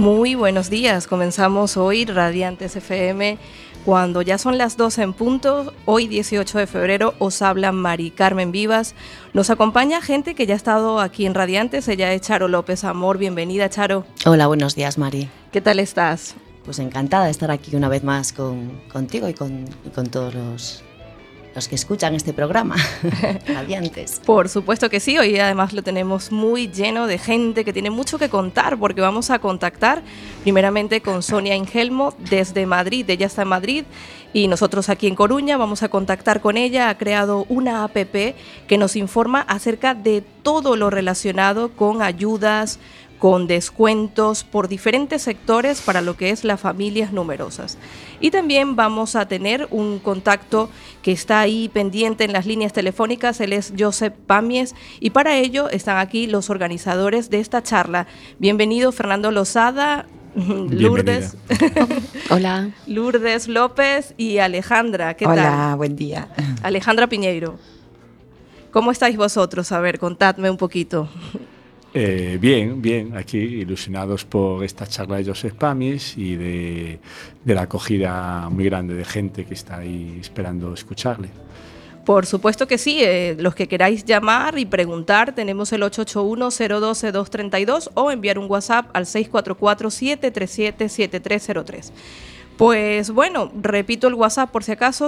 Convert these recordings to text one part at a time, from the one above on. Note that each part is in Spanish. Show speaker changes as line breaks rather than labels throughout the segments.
Muy buenos días, comenzamos hoy Radiantes FM cuando ya son las 12 en punto. Hoy 18 de febrero os habla Mari Carmen Vivas. Nos acompaña gente que ya ha estado aquí en Radiantes. Ella es Charo López Amor. Bienvenida, Charo.
Hola, buenos días, Mari.
¿Qué tal estás?
Pues encantada de estar aquí una vez más contigo y con todos los que escuchan este programa, Radiantes.
Por supuesto que sí, hoy además lo tenemos muy lleno de gente que tiene mucho que contar, porque vamos a contactar primeramente con Sonia Ingelmo desde Madrid. Ella está en Madrid y nosotros aquí en Coruña vamos a contactar con ella. Ha creado una app que nos informa acerca de todo lo relacionado con ayudas, con descuentos por diferentes sectores para lo que es las familias numerosas. Y también vamos a tener un contacto que está ahí pendiente en las líneas telefónicas. Él es Josep Pamies y para ello están aquí los organizadores de esta charla. Bienvenido Fernando Lozada, Lourdes.
Hola.
Lourdes López y Alejandra. ¿Qué tal?
Hola, buen día.
Alejandra Piñeiro. ¿Cómo estáis vosotros? A ver, contadme un poquito.
Bien, aquí ilusionados por esta charla de Josep Pamies y de la acogida muy grande de gente que está ahí esperando escucharle.
Por supuesto que sí, los que queráis llamar y preguntar, tenemos el 881-012-232 o enviar un WhatsApp al 644-737-7303. Pues bueno, repito el WhatsApp por si acaso,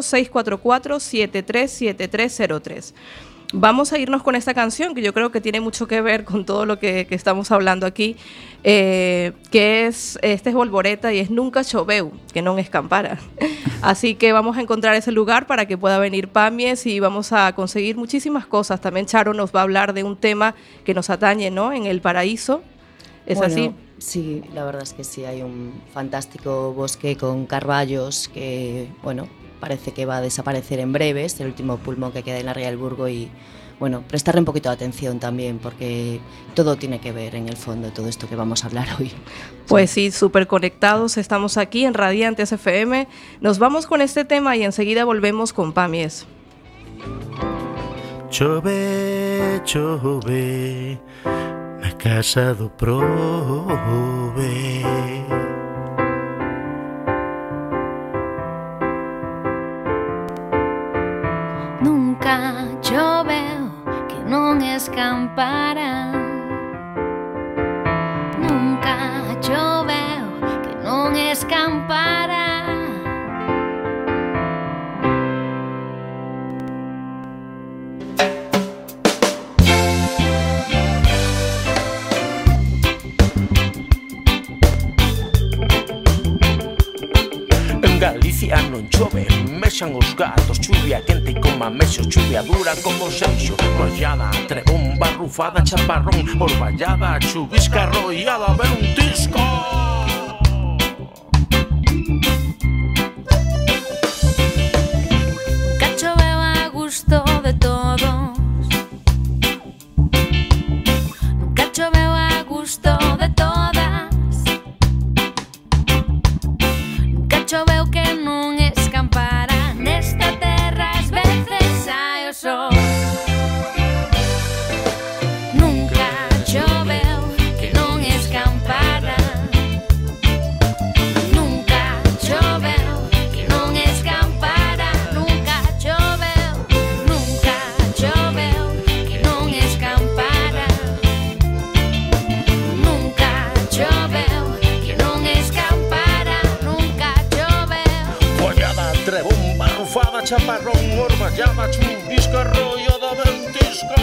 644-737303. Vamos a irnos con esta canción que yo creo que tiene mucho que ver con todo lo que estamos hablando aquí, que es, este es Volvoreta y es Nunca Choveu, que non escampara. Así que vamos a encontrar ese lugar para que pueda venir Pamies y vamos a conseguir muchísimas cosas. También Charo nos va a hablar de un tema que nos atañe, ¿no? En el paraíso. ¿Es así?
Sí, la verdad es que sí, hay un fantástico bosque con carballos que, bueno, parece que va a desaparecer en breve, es el último pulmón que queda en la Ría del Burgo y, bueno, prestarle un poquito de atención también porque todo tiene que ver en el fondo, todo esto que vamos a hablar hoy.
Pues sí, súper conectados, estamos aquí en Radiantes FM, nos vamos con este tema y enseguida volvemos con Pamies.
Chove, chove, na casa do prove.
Nunca choveu que non escampara. Nunca choveu que non escampara.
En Galicia non chove, mexan os gatos, chuvia quente con mamexos, chuvia dura como xenxo, rollada, trebón, barrufada, chaparrón, orballada, chuvisca, rollada, ver un tisco.
Nunca choveu a gusto de todos. Nunca choveu a gusto de todas. Nunca choveu que non escampara. Nesta terra ás veces hai o sol. Nunca choveu que non escampara. Nunca choveu que non escampara. Nunca choveu que non escampara. Nunca choveu que non escampara. Nunca choveu.
Rollada, trebón, barrufada, chaparrón, orballada, chuvisca, rollada, ver un tisco.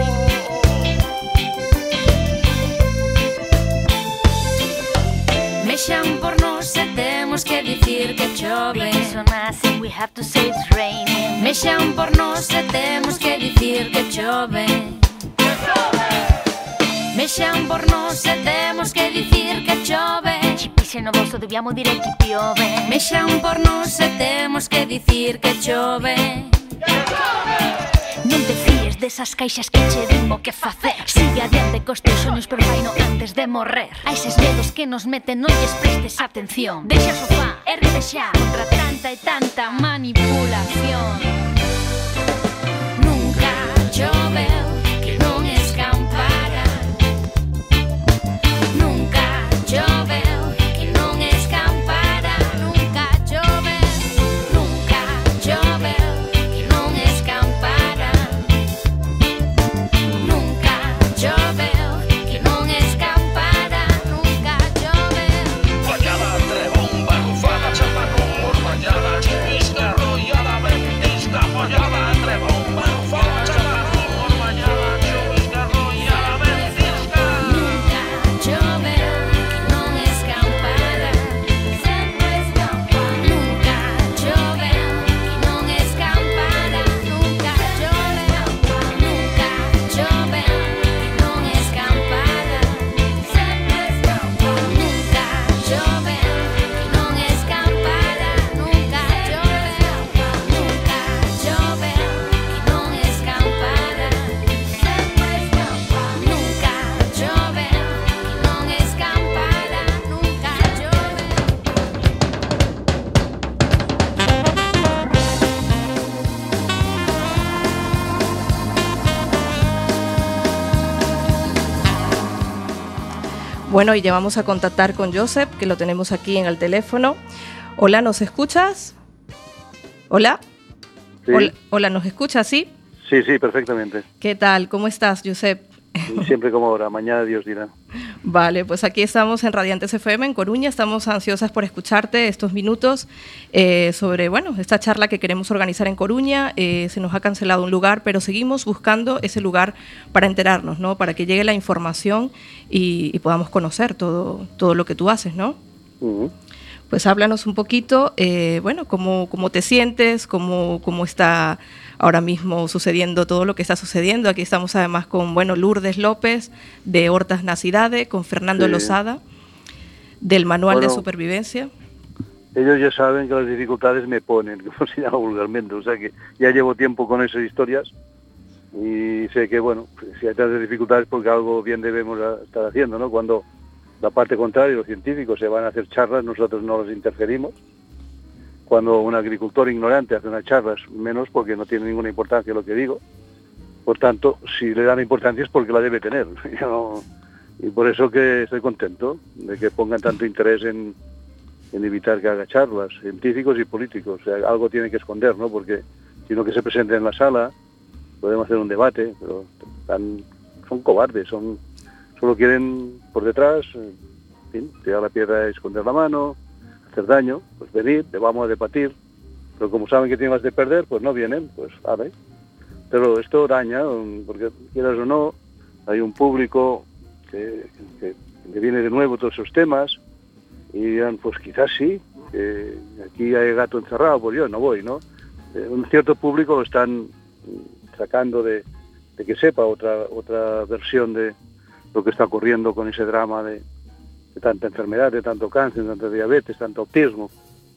Mexan por nós e temos que dicir que chove. We have to say it's raining. Mexan por nós e temos que dicir que chove. Mexan por nós e temos que dicir que chove. Se no vosso dobbiamo dire che piove. Mexan por nós e temos que dicir que chove.
Non te fíes desas caixas que che din o que facer. Sigue adiante cos teus soños, pero vai no antes de morrer. A eses medos que nos meten non lles prestes atención. Deixa o sofá, ergue xa contra tanta e tanta manipulación.
Nunca choveu que non escampara. Nunca choveu
Bueno, y ya vamos a contactar con Josep, que lo tenemos aquí en el teléfono. Hola, ¿nos escuchas? Hola.
Sí.
Hola, ¿nos escuchas? ¿Sí?
Sí, perfectamente.
¿Qué tal? ¿Cómo estás, Josep?
Siempre como ahora, mañana Dios dirá.
Vale, pues aquí estamos en Radiantes FM, en Coruña. Estamos ansiosas por escucharte estos minutos sobre, esta charla que queremos organizar en Coruña. Se nos ha cancelado un lugar, pero seguimos buscando ese lugar para enterarnos, ¿no? Para que llegue la información y podamos conocer todo lo que tú haces, ¿no?
Uh-huh.
Pues háblanos un poquito, cómo te sientes, cómo está ahora mismo sucediendo todo lo que está sucediendo. Aquí estamos además con Lourdes López de Hortas Nacidade, con Fernando Losada del Manual de Supervivencia.
Ellos ya saben que las dificultades me ponen, como se llama vulgarmente, o sea que ya llevo tiempo con esas historias y sé que, si hay tantas dificultades porque algo bien debemos estar haciendo, ¿no? Cuando la parte contraria, los científicos se van a hacer charlas, nosotros no los interferimos. Cuando un agricultor ignorante hace unas charlas, menos porque no tiene ninguna importancia lo que digo. Por tanto, si le dan importancia es porque la debe tener. Y por eso que estoy contento de que pongan tanto interés en evitar que haga charlas, científicos y políticos. O sea, algo tiene que esconder, ¿no? Porque sino que se presenten en la sala, podemos hacer un debate, pero son cobardes, solo quieren por detrás, tirar la piedra y esconder la mano, hacer daño, pues venir, vamos a debatir, pero como saben que tienen más de perder, pues no vienen, pues a ver. Pero esto daña, porque quieras o no, hay un público que viene de nuevo todos esos temas, y dirán, pues quizás sí, que aquí hay gato encerrado, pues yo no voy, ¿no? Un cierto público lo están sacando de que sepa otra versión de lo que está ocurriendo con ese drama de tanta enfermedad, de tanto cáncer, de tanta diabetes, tanto autismo.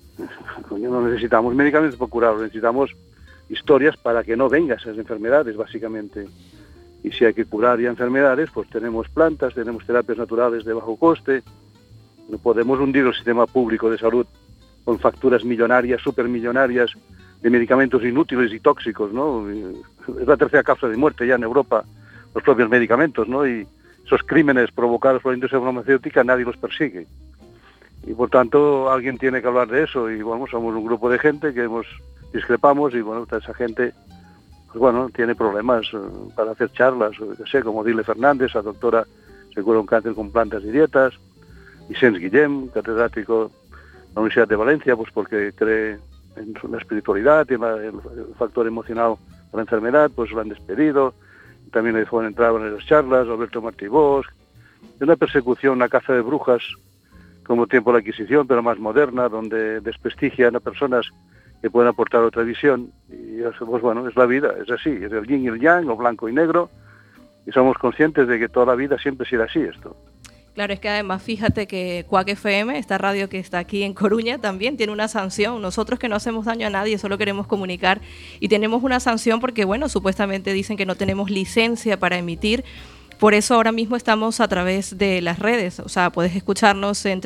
No necesitamos medicamentos para curarlo, necesitamos historias para que no vengan esas enfermedades, básicamente. Y si hay que curar ya enfermedades, pues tenemos plantas, tenemos terapias naturales de bajo coste. No podemos hundir el sistema público de salud con facturas millonarias, supermillonarias, de medicamentos inútiles y tóxicos, ¿no? Es la tercera causa de muerte ya en Europa, los propios medicamentos, ¿no? Y esos crímenes provocados por la industria farmacéutica nadie los persigue. Y por tanto alguien tiene que hablar de eso y somos un grupo de gente que discrepamos y toda esa gente tiene problemas para hacer charlas, como Dile Fernández, la doctora se cura un cáncer con plantas y dietas, y Sens Guillem, catedrático de la Universidad de Valencia, pues porque cree en la espiritualidad y en el factor emocional de la enfermedad, pues lo han despedido. También le fueron entrar en las charlas, Alberto Martí Bosch, de una persecución, una caza de brujas, como tiempo de la Inquisición, pero más moderna, donde desprestigian a personas que pueden aportar otra visión. Y es la vida, es así, es el yin y el yang, o blanco y negro, y somos conscientes de que toda la vida siempre será así esto.
Claro, es que además fíjate que Cuac FM, esta radio que está aquí en Coruña, también tiene una sanción. Nosotros que no hacemos daño a nadie, solo queremos comunicar y tenemos una sanción porque, supuestamente dicen que no tenemos licencia para emitir. Por eso ahora mismo estamos a través de las redes, o sea, puedes escucharnos en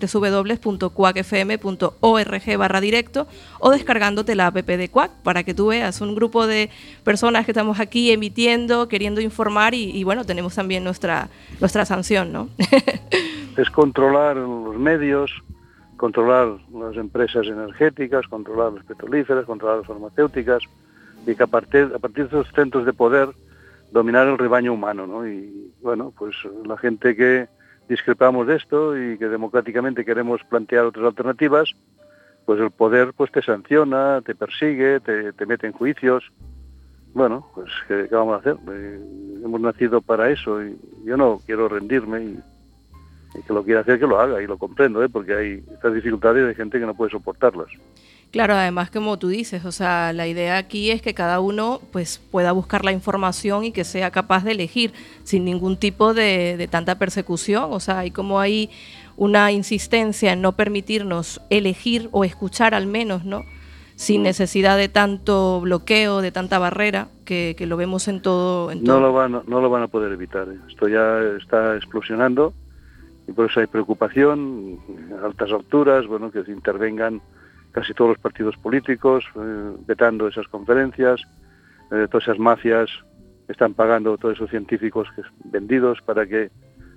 www.cuacfm.org/directo o descargándote la app de Cuac para que tú veas un grupo de personas que estamos aquí emitiendo, queriendo informar y tenemos también nuestra sanción, ¿no?
Es controlar los medios, controlar las empresas energéticas, controlar las petrolíferas, controlar las farmacéuticas y que a partir de esos centros de poder dominar el rebaño humano, ¿no? Y pues la gente que discrepamos de esto y que democráticamente queremos plantear otras alternativas, pues el poder pues te sanciona, te persigue, te mete en juicios. Pues ¿qué vamos a hacer? Hemos nacido para eso y yo no quiero rendirme y que lo quiera hacer que lo haga y lo comprendo, porque hay estas dificultades de gente que no puede soportarlas.
Claro, además como tú dices, o sea, la idea aquí es que cada uno pues pueda buscar la información y que sea capaz de elegir sin ningún tipo de tanta persecución, o sea, hay una insistencia en no permitirnos elegir o escuchar al menos, ¿no? Sin necesidad de tanto bloqueo, de tanta barrera, que lo vemos en todo.
No lo van a poder evitar. Esto ya está explosionando y por eso hay preocupación a altas alturas, que se intervengan casi todos los partidos políticos, vetando esas conferencias, todas esas mafias están pagando a todos esos científicos vendidos para que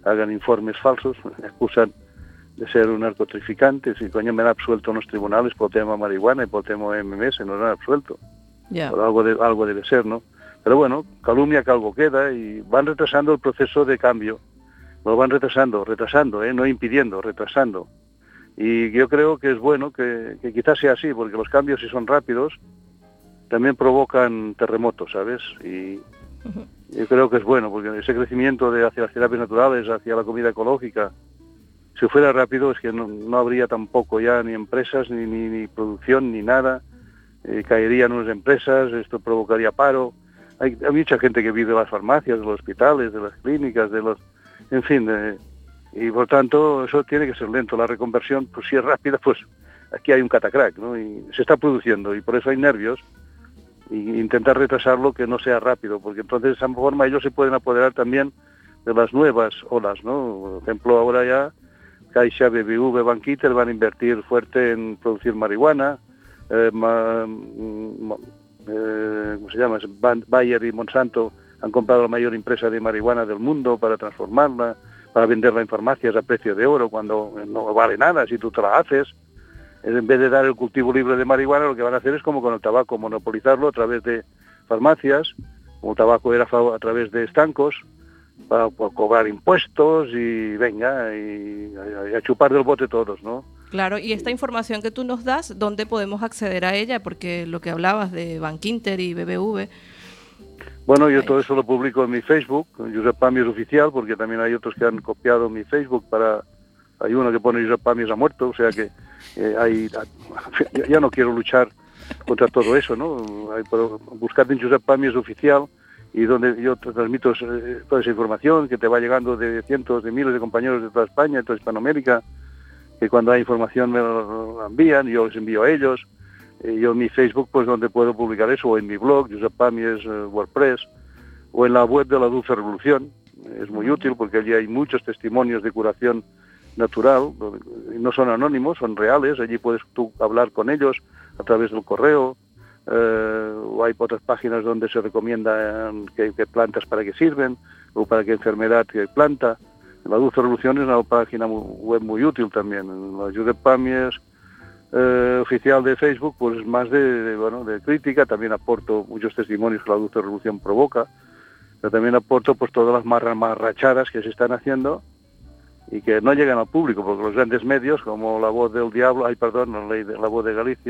hagan informes falsos, me acusan de ser un narcotraficante, si coño me han absuelto en los tribunales por tema marihuana y por tema MMS, nos han absuelto.
Ya.
Por algo debe ser, ¿no? Pero bueno, calumnia que algo queda y van retrasando el proceso de cambio. Lo van retrasando, no impidiendo, retrasando. Y yo creo que es bueno que quizás sea así, porque los cambios, si son rápidos, también provocan terremotos, ¿sabes? Y yo creo que es bueno, porque ese crecimiento hacia las terapias naturales, hacia la comida ecológica, si fuera rápido es que no habría tampoco ya ni empresas, ni producción, ni nada. Caerían unas empresas, esto provocaría paro. Hay mucha gente que vive de las farmacias, de los hospitales, de las clínicas, en fin, y por tanto eso tiene que ser lento. La reconversión, pues si es rápida, pues aquí hay un catacrack, ¿no? Y se está produciendo y por eso hay nervios, y intentar retrasarlo que no sea rápido, porque entonces de esa forma ellos se pueden apoderar también de las nuevas olas, ¿no? Por ejemplo, ahora ya Caixa, BBV, Bankinter van a invertir fuerte en producir marihuana, ¿cómo se llama? Bayer y Monsanto han comprado la mayor empresa de marihuana del mundo para transformarla, para venderla en farmacias a precio de oro cuando no vale nada si tú te la haces. En vez de dar el cultivo libre de marihuana, lo que van a hacer es como con el tabaco, monopolizarlo a través de farmacias, como el tabaco era a través de estancos, para cobrar impuestos y venga, y a chupar del bote todos, ¿no?
Claro, y esta información que tú nos das, ¿dónde podemos acceder a ella? Porque lo que hablabas de Bankinter y BBV...
Bueno, yo todo eso lo publico en mi Facebook, Josep Pàmies Oficial, porque también hay otros que han copiado mi Facebook hay uno que pone Josep Pàmies ha muerto, o sea que ya no quiero luchar contra todo eso, ¿no? Buscarte en Josep Pàmies Oficial, y donde yo te transmito toda esa información que te va llegando de cientos de miles de compañeros de toda España, de toda Hispanoamérica, que cuando hay información me lo envían, yo les envío a ellos. Yo en mi Facebook, pues donde puedo publicar eso, o en mi blog, Josep Pàmies WordPress, o en la web de la Dulce Revolución. Es muy útil porque allí hay muchos testimonios de curación natural, no son anónimos, son reales, allí puedes tú hablar con ellos a través del correo, o hay otras páginas donde se recomiendan qué plantas para qué sirven, o para qué enfermedad qué planta. La Dulce Revolución es una página web muy útil también. La Josep Pàmies oficial de Facebook, pues más de crítica, también aporto muchos testimonios que la Dulce Revolución provoca, pero también aporto pues todas las marrachadas que se están haciendo y que no llegan al público, porque los grandes medios, como La Voz del Diablo, La Voz de Galicia.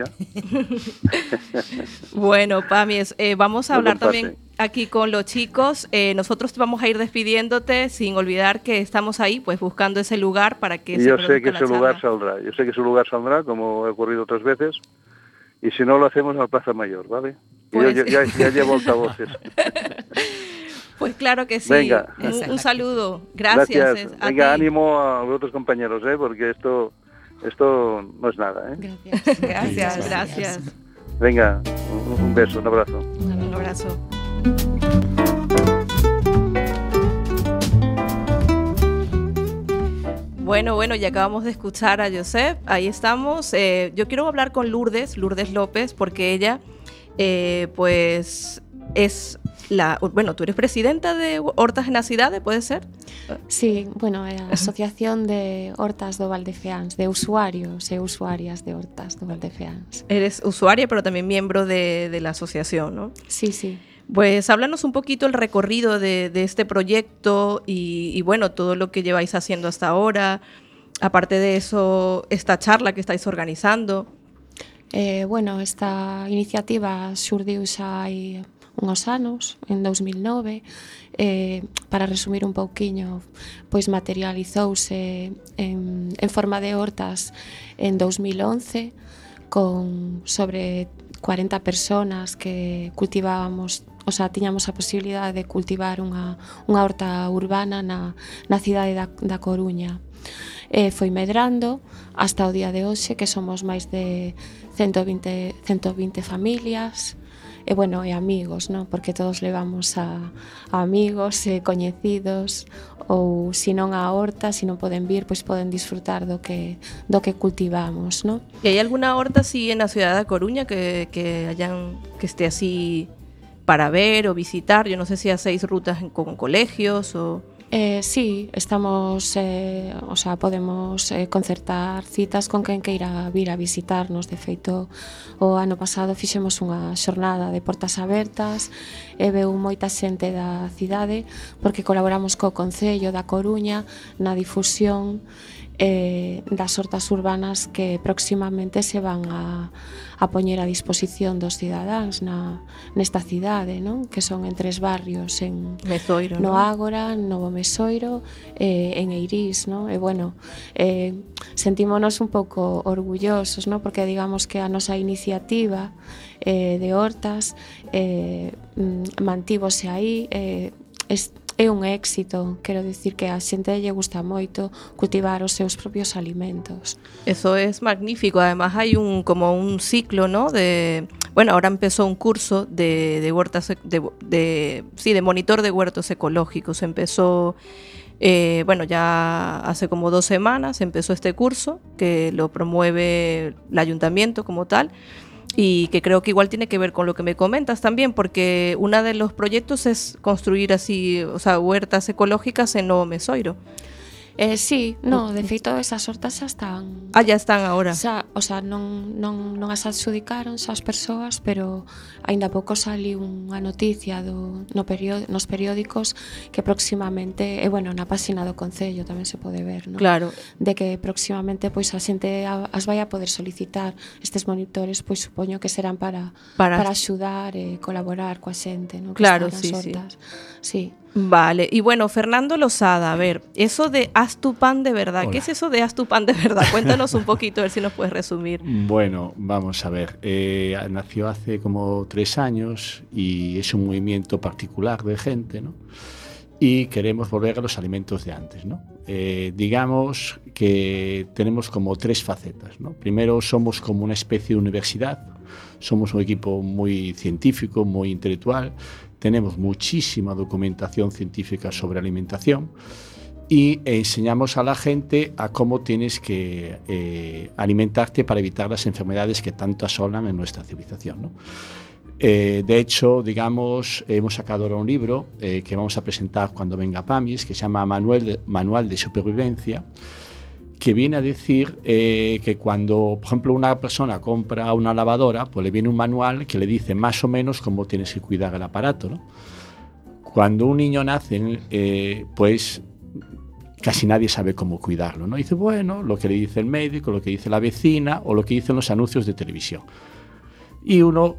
Bueno, Pàmies, vamos a hablar también aquí con los chicos. Nosotros vamos a ir despidiéndote sin olvidar que estamos ahí, pues buscando ese lugar para que
yo sé que ese lugar saldrá, como ha ocurrido otras veces, y si no lo hacemos en la Plaza Mayor, ¿vale?
Pues...
Yo ya llevo altavoces.
Pues claro que sí.
Venga.
Un saludo. Gracias.
Venga, ánimo a los otros compañeros, porque esto no es nada.
Gracias.
Venga, un beso, un abrazo.
Un abrazo. Bueno, ya acabamos de escuchar a Josep, ahí estamos. Yo quiero hablar con Lourdes López, porque ella, pues, es tú eres presidenta de Hortas en Cidade, ¿puede ser?
Sí, bueno, é a Asociación de Hortas do Valdefeáns, de usuarios e usuarias de Hortas do Valdefeáns.
Eres usuaria, pero también miembro de la asociación, ¿no?
Sí.
Pues háblanos un poquito el recorrido de este proyecto y bueno, todo lo que lleváis haciendo hasta ahora. Aparte de eso, esta charla que estáis organizando.
Esta iniciativa xurdiu xa hai unhos anos, en 2009, para resumir un pouquiño, pois materializouse en forma de hortas en 2011, con sobre 40 personas que cultivábamos, tiñamos a posibilidade de cultivar unha horta urbana na cidade da Coruña. Foi medrando hasta o día de hoxe, que somos máis de 120 familias, e amigos, non? Porque todos levamos a amigos coñecidos, ou se non a horta, se non poden vir, pois poden disfrutar do que cultivamos, non?
¿Y hay alguna horta así en la ciudad de Coruña que esté así para ver o visitar? Yo no sé si hacéis rutas con colegios o...
Sí, estamos, o sea, podemos concertar citas con quen queira vir a visitarnos. De feito, o ano pasado fixemos unha xornada de portas abertas e veu moita xente da cidade porque colaboramos co Concello da Coruña na difusión das hortas urbanas que próximamente se van a poñer a disposición dos cidadáns nesta cidade, non? Que son en 3 barrios, en
Mezoiro,
no
¿no?
Ágora, Novo Mesoiro, en Eirís, non? E bueno, sentímonos un pouco orgullosos, non? Porque digamos que a nosa iniciativa de hortas mantívose aí, é un éxito, quero dicir que a xente lle gusta moito cultivar os seus propios alimentos.
Eso es magnífico. Además hay como un ciclo, ¿no? Bueno, ahora empezó un curso de huertas, de monitor de huertos ecológicos. Empezó, bueno, ya hace como 2 semanas empezó este curso que lo promueve el ayuntamiento como tal. Y que creo que igual tiene que ver con lo que me comentas también, porque uno de los proyectos es construir así, o sea, huertas ecológicas en Novo Mesoiro.
Sí, no, de feito esas hortas xa están.
Ya están ahora.
O sea, non as adxudicaron xa as persoas, pero aínda pouco sali unha noticia nos periódicos que próximamente, bueno, na páxina do Concello tamén se pode ver, non?
Claro.
De que próximamente pois a xente as vai a poder solicitar. Estes monitores pois supoño que serán para axudar e colaborar coa xente, non?
Claro,
sí, hortas. Sí.
Vale, y bueno, Fernando Losada, a ver, eso de haz tu pan de verdad,
Hola.
¿Qué es eso de haz tu pan de verdad? Cuéntanos un poquito, a ver si nos puedes resumir.
Bueno, vamos a ver, nació hace como 3 años y es un movimiento particular de gente, ¿no? Y queremos volver a los alimentos de antes, ¿no? Digamos que tenemos como 3 facetas, ¿no? Primero, somos como una especie de universidad, somos un equipo muy científico, muy intelectual. Tenemos muchísima documentación científica sobre alimentación y enseñamos a la gente a cómo tienes que alimentarte para evitar las enfermedades que tanto asolan en nuestra civilización, ¿no? De hecho, digamos, hemos sacado ahora un libro que vamos a presentar cuando venga PAMIS, que se llama Manual de Supervivencia, que viene a decir que cuando, por ejemplo, una persona compra una lavadora, pues le viene un manual que le dice más o menos cómo tienes que cuidar el aparato, ¿no? Cuando un niño nace, pues casi nadie sabe cómo cuidarlo, ¿no? Dice, bueno, lo que le dice el médico, lo que dice la vecina o lo que dicen los anuncios de televisión. Y uno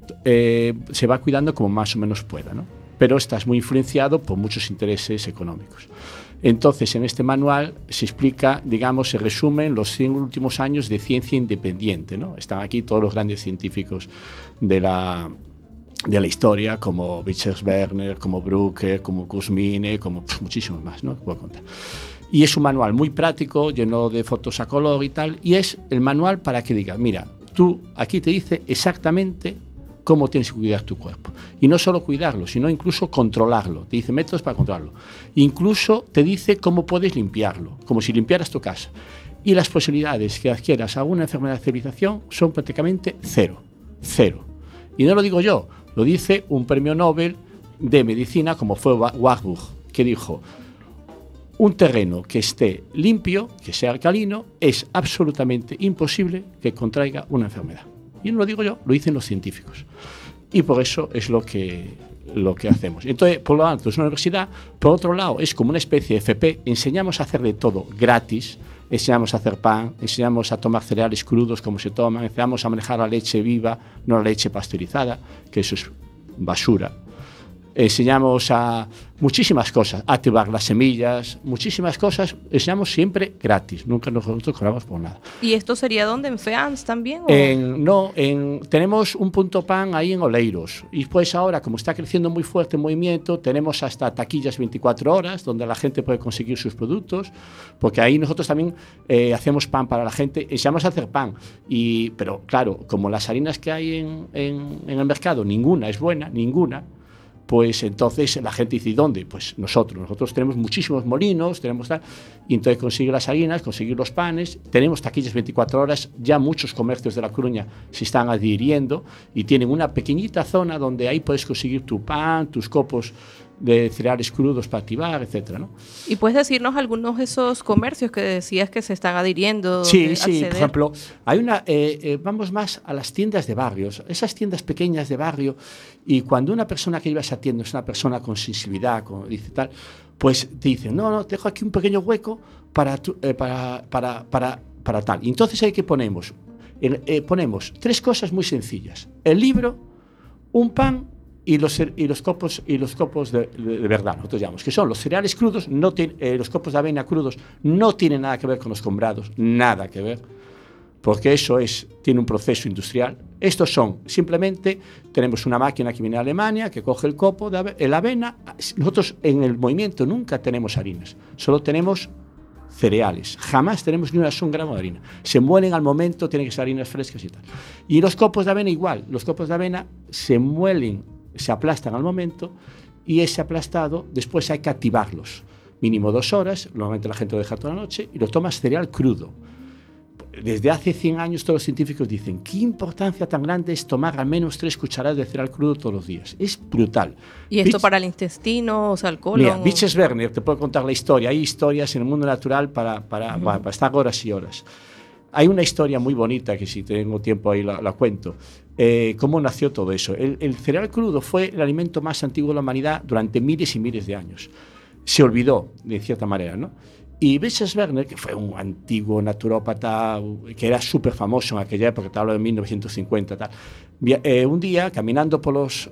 se va cuidando como más o menos pueda, ¿no? Pero estás muy influenciado por muchos intereses económicos. Entonces, en este manual se explica, digamos, se resumen los 100 últimos años de ciencia independiente, ¿no? Están aquí todos los grandes científicos de la historia, como Richard Werner, como Brucker, como Kurzmine, como muchísimos más, ¿no? Puedo contar. Y es un manual muy práctico, lleno de fotos a color y tal, y es el manual para que digas, mira, tú aquí te dice exactamente cómo tienes que cuidar tu cuerpo. Y no solo cuidarlo, sino incluso controlarlo. Te dice métodos para controlarlo. Incluso te dice cómo puedes limpiarlo, como si limpiaras tu casa. Y las posibilidades que adquieras alguna enfermedad de civilización son prácticamente cero. Cero. Y no lo digo yo, lo dice un premio Nobel de medicina como fue Warburg, que dijo, un terreno que esté limpio, que sea alcalino, es absolutamente imposible que contraiga una enfermedad. Y no lo digo yo, lo dicen los científicos. Y por eso es lo que hacemos. Entonces, por lo tanto, es una universidad. Por otro lado, es como una especie de FP. Enseñamos a hacer de todo gratis. Enseñamos a hacer pan, enseñamos a tomar cereales crudos como se toman, enseñamos a manejar la leche viva, no la leche pasteurizada, que eso es basura. Enseñamos a muchísimas cosas, a activar las semillas, muchísimas cosas, enseñamos siempre gratis, nunca nosotros cobramos por nada.
¿Y esto sería dónde? ¿En FEANS también?
Tenemos un punto pan ahí en Oleiros, y pues ahora, como está creciendo muy fuerte el movimiento, tenemos hasta taquillas 24 horas, donde la gente puede conseguir sus productos, porque ahí nosotros también hacemos pan para la gente, enseñamos a hacer pan, pero claro, como las harinas que hay en el mercado, ninguna es buena, ninguna, pues entonces la gente dice, ¿dónde? Pues nosotros tenemos muchísimos molinos, y entonces conseguir las harinas, conseguir los panes, tenemos taquillas 24 horas, ya muchos comercios de La Coruña se están adhiriendo y tienen una pequeñita zona donde ahí puedes conseguir tu pan, tus copos de cereales crudos para activar, etcétera, ¿no?
¿Y puedes decirnos algunos de esos comercios que decías que se están adhiriendo?
Sí, por ejemplo, hay vamos más a las tiendas de barrios, esas tiendas pequeñas de barrio, y cuando una persona que lleva esa tienda es una persona con sensibilidad, dice tal, pues te dicen, no, te dejo aquí un pequeño hueco para tal. Y entonces ahí que ponemos 3 cosas muy sencillas: el libro, un pan y los copos de verdad, nosotros llamamos, que son los cereales crudos, los copos de avena crudos no tienen nada que ver con los comprados, nada que ver, porque eso tiene un proceso industrial. Estos son, simplemente, tenemos una máquina que viene de Alemania, que coge el copo de la avena. Nosotros en el movimiento nunca tenemos harinas, solo tenemos cereales, jamás tenemos ni un gramo de harina. Se muelen al momento, tienen que ser harinas frescas y tal. Y los copos de avena igual, los copos de avena se muelen, se aplastan al momento, y ese aplastado después hay que activarlos, mínimo 2 horas, normalmente la gente lo deja toda la noche, y lo tomas cereal crudo. Desde hace 100 años todos los científicos dicen qué importancia tan grande es tomar al menos 3 cucharadas de cereal crudo todos los días. Es brutal.
¿Y esto para el intestino, o sea, el colon?
Mira, Bichesberger te puedo contar la historia. Hay historias en el mundo natural para estar horas y horas. Hay una historia muy bonita que si tengo tiempo ahí la cuento. Cómo nació todo eso. El cereal crudo fue el alimento más antiguo de la humanidad durante miles y miles de años. Se olvidó, de cierta manera, ¿no? Y Bichesberger, que fue un antiguo naturópata que era súper famoso en aquella época, te hablo de 1950, tal, un día, caminando por los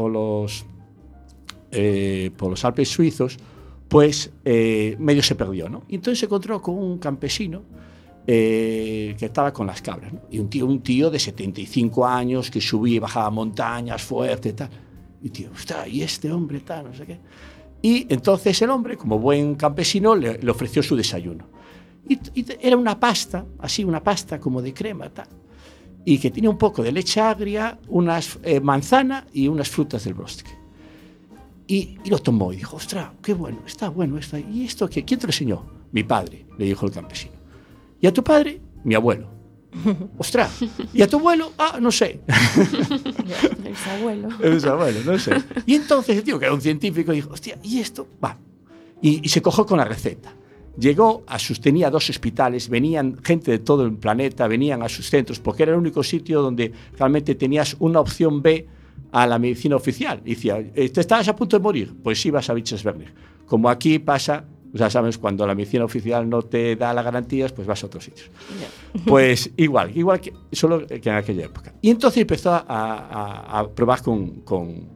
Alpes suizos, pues medio se perdió, ¿no? Y entonces se encontró con un campesino que estaba con las cabras, ¿no? Y un tío de 75 años que subía y bajaba montañas fuerte, tal. Y tío, ostras, ¿y este hombre tal? No sé qué. Y entonces el hombre, como buen campesino, le ofreció su desayuno. Y era una pasta, así, una pasta como de crema, tal, y que tenía un poco de leche agria, unas manzana y unas frutas del bosque. Y lo tomó y dijo, ostras, qué bueno, está bueno. ¿Y esto qué? ¿Quién te lo enseñó? Mi padre, le dijo el campesino. ¿Y a tu padre? Mi abuelo. Ostras, ¿y a tu abuelo? Ah, no sé. El abuelo, no sé. Y entonces el tío, que era un científico, dijo, hostia, ¿y esto? Va. Y se cogió con la receta. Llegó tenía 2 hospitales, venían gente de todo el planeta, venían a sus centros, porque era el único sitio donde realmente tenías una opción B a la medicina oficial. Y decía, ¿te estabas a punto de morir? Pues ibas a Bichesberger. Como aquí pasa, ya sabes, cuando la medicina oficial no te da las garantías, pues vas a otros sitios. Yeah. Pues igual que solo que en aquella época. Y entonces empezó a probar con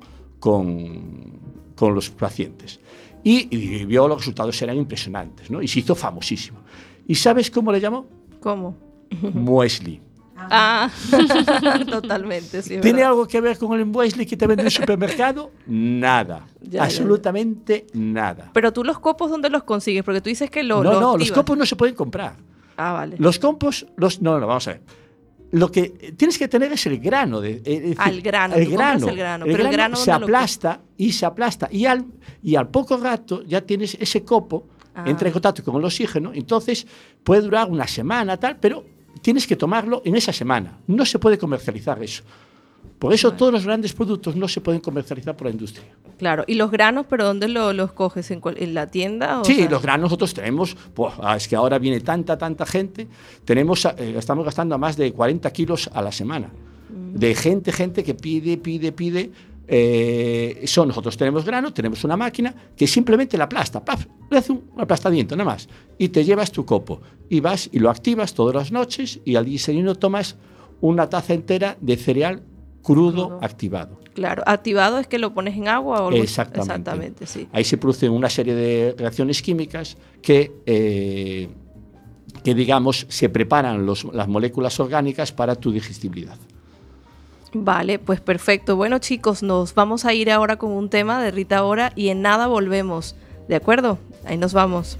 los pacientes. Y vio los resultados eran impresionantes, ¿no? Y se hizo famosísimo. ¿Y sabes cómo le llamó?
¿Cómo?
Muesli.
Totalmente, sí.
¿Tiene algo que ver con el muesli que te vende en el supermercado? Nada. Absolutamente nada.
Pero tú los copos, ¿dónde los consigues? Porque tú dices que
No, los copos no se pueden comprar.
Vale.
Los copos, no, vamos a ver. Lo que tienes que tener es el grano.
El grano. Pero el grano
se aplasta y se aplasta. Y al poco rato ya tienes ese copo, entra en contacto con el oxígeno, entonces puede durar una semana, tal, pero tienes que tomarlo en esa semana. No se puede comercializar eso. Por eso todos los grandes productos no se pueden comercializar por la industria.
Claro. ¿Y los granos, pero dónde los coges? ¿En la tienda?
Sí, los granos nosotros tenemos, es que ahora viene tanta gente, estamos gastando a más de 40 kilos a la semana. De gente que pide. Nosotros tenemos grano, tenemos una máquina que simplemente la aplasta, le hace un aplastamiento nada más, y te llevas tu copo, y vas y lo activas todas las noches, y al día siguiente tomas una taza entera de cereal crudo activado.
Claro, activado es que lo pones en agua o algo.
Exactamente,
sí.
Ahí se producen una serie de reacciones químicas que digamos, se preparan las moléculas orgánicas para tu digestibilidad.
Vale, pues perfecto. Bueno, chicos, nos vamos a ir ahora con un tema de Rita Ora y en nada volvemos. ¿De acuerdo? Ahí nos vamos.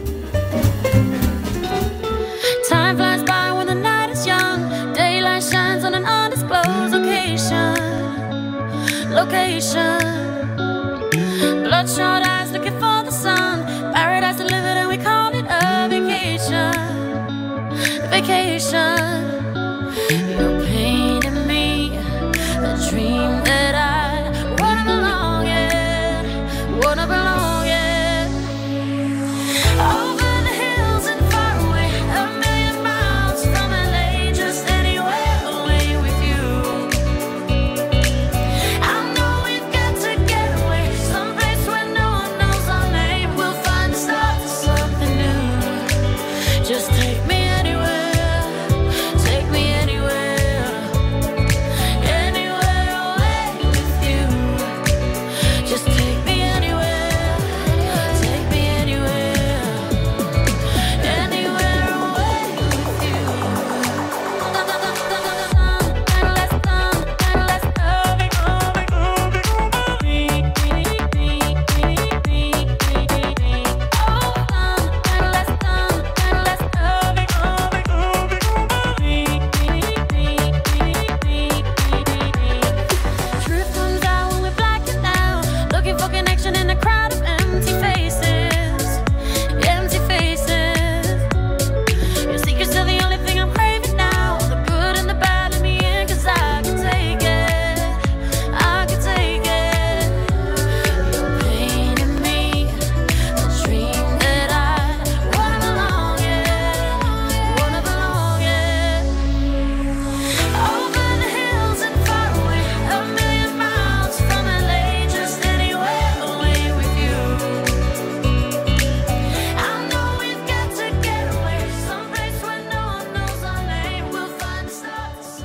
Time flies by when the night is young. Daylight shines on an undisclosed location. Bloodshot eyes looking for the sun. Paradise delivered and we call it a vacation. You're painting me a dream that I wouldn't belong in.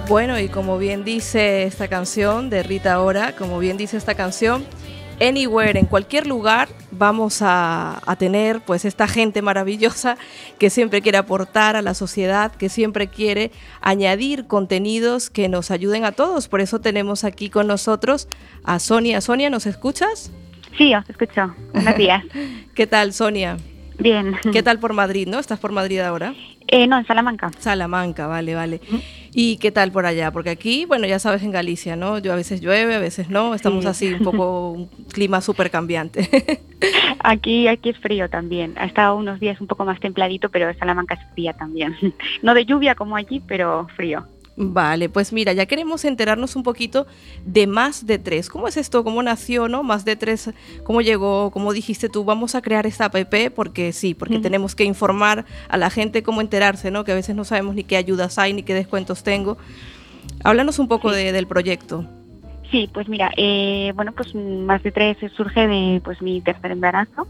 Bueno, y como bien dice esta canción de Rita Ora, como bien dice esta canción, anywhere, en cualquier lugar, vamos a tener pues esta gente maravillosa que siempre quiere aportar a la sociedad, que siempre quiere añadir contenidos que nos ayuden a todos. Por eso tenemos aquí con nosotros a Sonia. Sonia, ¿nos escuchas?
Sí, os escucho. Buenos días.
¿Qué tal, Sonia?
Bien.
¿Qué tal por Madrid, no? ¿Estás por Madrid ahora?
No, en Salamanca.
Salamanca, vale, vale. ¿Y qué tal por allá? Porque aquí, bueno, ya sabes, en Galicia, ¿no? Yo a veces llueve, a veces no. Estamos así, un poco, un clima súper cambiante.
Aquí es frío también. Ha estado unos días un poco más templadito, pero Salamanca es fría también. No de lluvia como allí, pero frío.
Vale, pues mira, ya queremos enterarnos un poquito de Más de Tres. ¿Cómo es esto? ¿Cómo nació, no? Más de Tres, ¿cómo llegó? ¿Cómo dijiste tú? Vamos a crear esta app porque sí, porque tenemos que informar a la gente cómo enterarse, ¿no? Que a veces no sabemos ni qué ayudas hay, ni qué descuentos tengo. Háblanos un poco del proyecto.
Sí, pues mira, bueno, pues Más de Tres surge de pues mi tercer embarazo,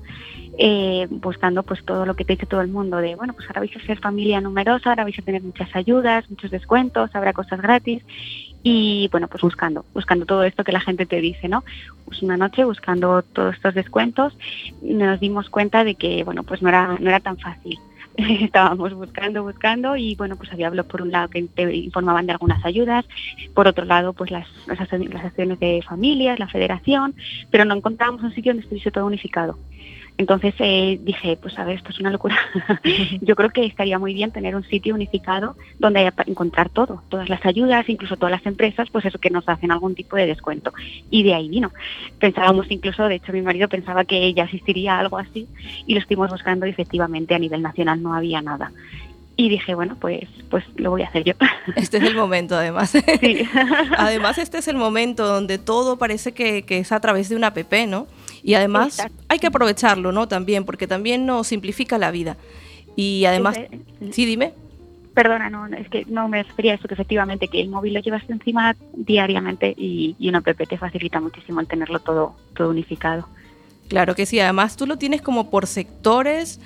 buscando pues todo lo que te dice todo el mundo de, bueno, pues ahora vais a ser familia numerosa, ahora vais a tener muchas ayudas, muchos descuentos, habrá cosas gratis y bueno, pues buscando todo esto que la gente te dice, ¿no? Pues una noche buscando todos estos descuentos nos dimos cuenta de que, bueno, pues no era tan fácil. Estábamos buscando y bueno, pues había blogs por un lado que te informaban de algunas ayudas, por otro lado pues las acciones de familias, la federación, pero no encontrábamos un sitio donde estuviese todo unificado. Entonces dije, pues a ver, esto es una locura. Yo creo que estaría muy bien tener un sitio unificado donde haya para encontrar todo, todas las ayudas, incluso todas las empresas, pues eso, que nos hacen algún tipo de descuento. Y de ahí vino. Pensábamos incluso, de hecho mi marido pensaba que ya existiría algo así y lo estuvimos buscando y efectivamente a nivel nacional no había nada. Y dije, bueno, pues lo voy a hacer yo.
Este es el momento, además. Sí. Además, este es el momento donde todo parece que es a través de una app, ¿no? Y además hay que aprovecharlo, ¿no? También, porque también nos simplifica la vida. Y además, sí, dime.
Perdona, no, es que no me refería a eso, que efectivamente que el móvil lo llevas encima diariamente y una app te facilita muchísimo el tenerlo todo unificado.
Claro que sí, además tú lo tienes como por sectores,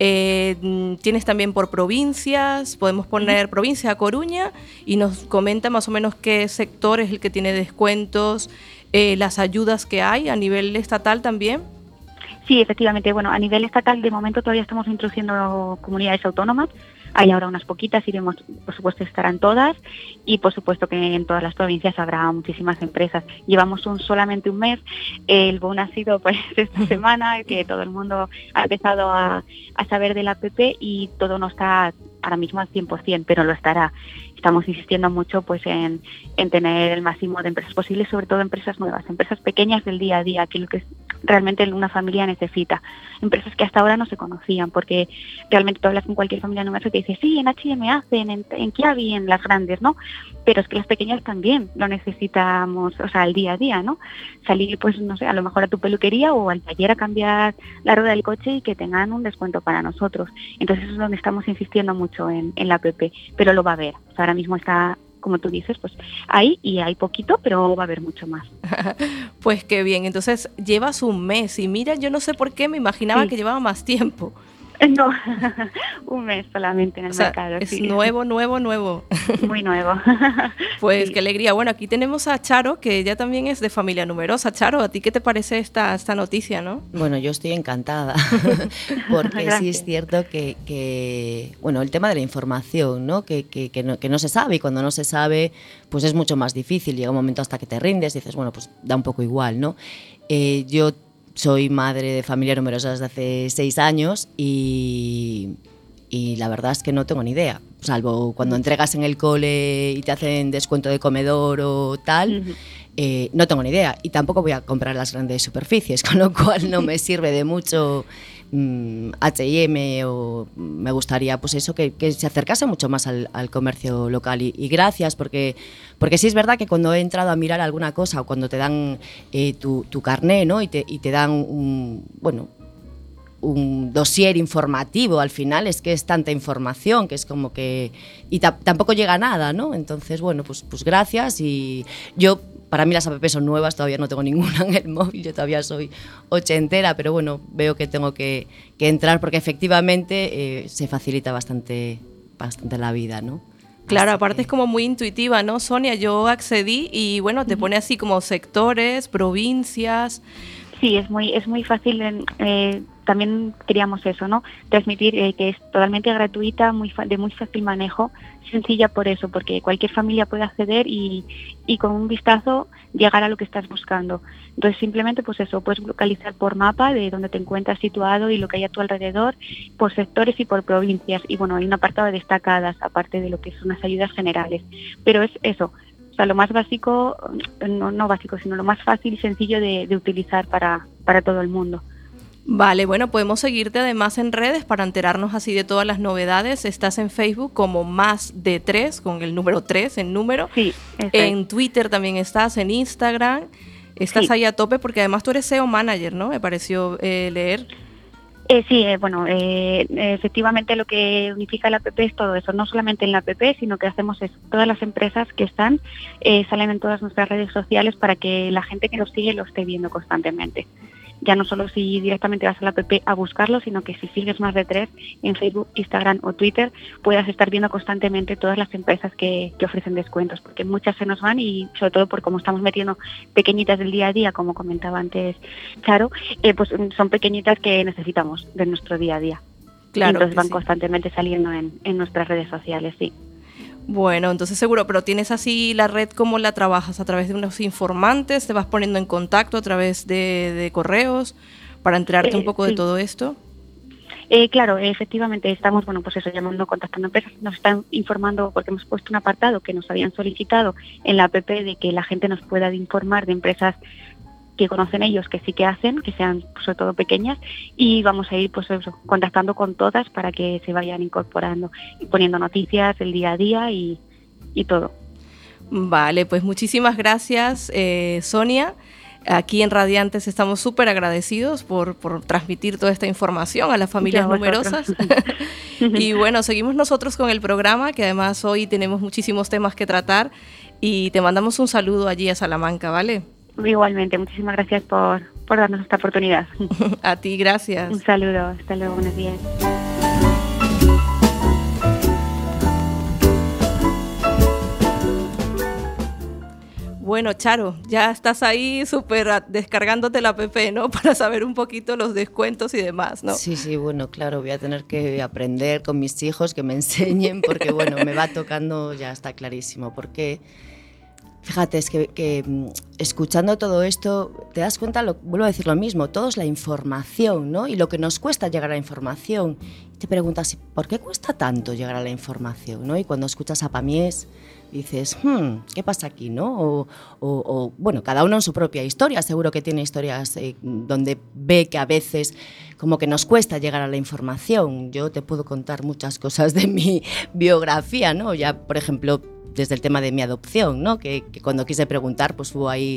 tienes también por provincias, podemos poner provincia a Coruña y nos comenta más o menos qué sector es el que tiene descuentos, las ayudas que hay a nivel estatal también.
Sí, efectivamente, bueno, a nivel estatal de momento todavía estamos introduciendo comunidades autónomas. Hay ahora unas poquitas, iremos, por supuesto estarán todas y por supuesto que en todas las provincias habrá muchísimas empresas. Llevamos solamente un mes, el boom ha sido pues esta semana que todo el mundo ha empezado a saber de la app y todo no está ahora mismo al 100%, pero lo estará. Estamos insistiendo mucho pues en tener el máximo de empresas posibles, sobre todo empresas nuevas, empresas pequeñas del día a día, que es lo que realmente una familia necesita. Empresas que hasta ahora no se conocían, porque realmente tú hablas con cualquier familia numerosa y te dice, sí, en H&M hacen, en Kiabi, en las grandes, ¿no? Pero es que las pequeñas también lo necesitamos, o sea, al día a día, ¿no? Salir, pues, no sé, a lo mejor a tu peluquería o al taller a cambiar la rueda del coche y que tengan un descuento para nosotros. Entonces eso es donde estamos insistiendo mucho en la app, pero lo va a haber. O sea, ahora mismo está, como tú dices, pues ahí y hay poquito, pero va a haber mucho más.
Pues qué bien, entonces llevas un mes y mira, yo no sé por qué me imaginaba que llevaba más tiempo.
No, un mes solamente en el mercado.
Es
sí.
nuevo.
Muy nuevo.
Pues sí. Qué alegría. Bueno, aquí tenemos a Charo, que ella también es de familia numerosa. Charo, ¿a ti qué te parece esta noticia, no?
Bueno, yo estoy encantada, porque sí es cierto que bueno, el tema de la información, ¿no? Que no se sabe, y cuando no se sabe, pues es mucho más difícil. Llega un momento hasta que te rindes y dices, bueno, pues da un poco igual, ¿no? Yo soy madre de familia numerosa desde hace 6 años y la verdad es que no tengo ni idea, salvo cuando entregas en el cole y te hacen descuento de comedor o tal, no tengo ni idea y tampoco voy a comprar las grandes superficies, con lo cual no me sirve de mucho H&M o me gustaría pues eso, que se acercase mucho más al comercio local y gracias porque sí es verdad que cuando he entrado a mirar alguna cosa o cuando te dan tu carné, ¿no? y te dan un dossier informativo, al final es que es tanta información que es como que y tampoco llega nada, ¿no? Entonces bueno, pues gracias y yo para mí las apps son nuevas, todavía no tengo ninguna en el móvil, yo todavía soy ochentera, pero bueno, veo que tengo que entrar porque efectivamente se facilita bastante la vida, ¿no?
Claro, aparte es como muy intuitiva, ¿no, Sonia? Yo accedí y bueno, te pone así como sectores, provincias.
Sí, es muy fácil. También queríamos eso, ¿no? Transmitir que es totalmente gratuita, de muy fácil manejo, sencilla por eso, porque cualquier familia puede acceder y con un vistazo llegar a lo que estás buscando. Entonces simplemente pues eso, puedes localizar por mapa de dónde te encuentras situado y lo que hay a tu alrededor, por sectores y por provincias. Y bueno, hay un apartado de destacadas, aparte de lo que son las ayudas generales. Pero es eso. O sea, lo más básico, no básico, sino lo más fácil y sencillo de utilizar para todo el mundo.
Vale, bueno, podemos seguirte además en redes para enterarnos así de todas las novedades. Estás en Facebook como +D3, con el número 3 en número.
Sí,
en Twitter también estás, en Instagram. Estás ahí a tope porque además tú eres SEO Manager, ¿no? Me pareció leer.
Sí, efectivamente lo que unifica la app es todo eso, no solamente en la app, sino que hacemos eso. Todas las empresas que están salen en todas nuestras redes sociales para que la gente que nos sigue lo esté viendo constantemente. Ya no solo si directamente vas a la app a buscarlo, sino que si sigues +D3 en Facebook, Instagram o Twitter, puedas estar viendo constantemente todas las empresas que ofrecen descuentos, porque muchas se nos van y sobre todo por cómo estamos metiendo pequeñitas del día a día, como comentaba antes Charo, pues son pequeñitas que necesitamos de nuestro día a día. Claro, entonces van constantemente saliendo en nuestras redes sociales, sí.
Bueno, entonces seguro, pero ¿tienes así la red, cómo la trabajas? ¿A través de unos informantes? ¿Te vas poniendo en contacto a través de correos para enterarte un poco de todo esto?
Claro, efectivamente estamos, pues eso, llamando, contactando empresas, nos están informando porque hemos puesto un apartado que nos habían solicitado en la app de que la gente nos pueda informar de empresas que conocen ellos, que sí que hacen, que sean sobre todo pequeñas, y vamos a ir pues eso, contactando con todas para que se vayan incorporando y poniendo noticias el día a día y todo.
Vale, pues muchísimas gracias, Sonia. Aquí en Radiantes estamos súper agradecidos por transmitir toda esta información a las familias numerosas. Y bueno, seguimos nosotros con el programa, que además hoy tenemos muchísimos temas que tratar, y te mandamos un saludo allí a Salamanca, ¿vale?
Igualmente, muchísimas gracias por darnos esta oportunidad.
A ti, gracias.
Un saludo, hasta luego, buenos días.
Bueno, Charo, ya estás ahí súper descargándote la app, ¿no? Para saber un poquito los descuentos y demás, ¿no?
Sí, bueno, claro, voy a tener que aprender con mis hijos, que me enseñen, porque bueno, me va tocando, ya está clarísimo, porque... Fíjate, es que escuchando todo esto te das cuenta, vuelvo a decir lo mismo, todo es la información, ¿no? Y lo que nos cuesta llegar a la información. Te preguntas, ¿por qué cuesta tanto llegar a la información, ¿no? Y cuando escuchas a Pamies dices, ¿qué pasa aquí, no? O bueno, cada uno en su propia historia, seguro que tiene historias donde ve que a veces como que nos cuesta llegar a la información. Yo te puedo contar muchas cosas de mi biografía, ¿no? Ya, por ejemplo, desde el tema de mi adopción, ¿no? Que cuando quise preguntar, pues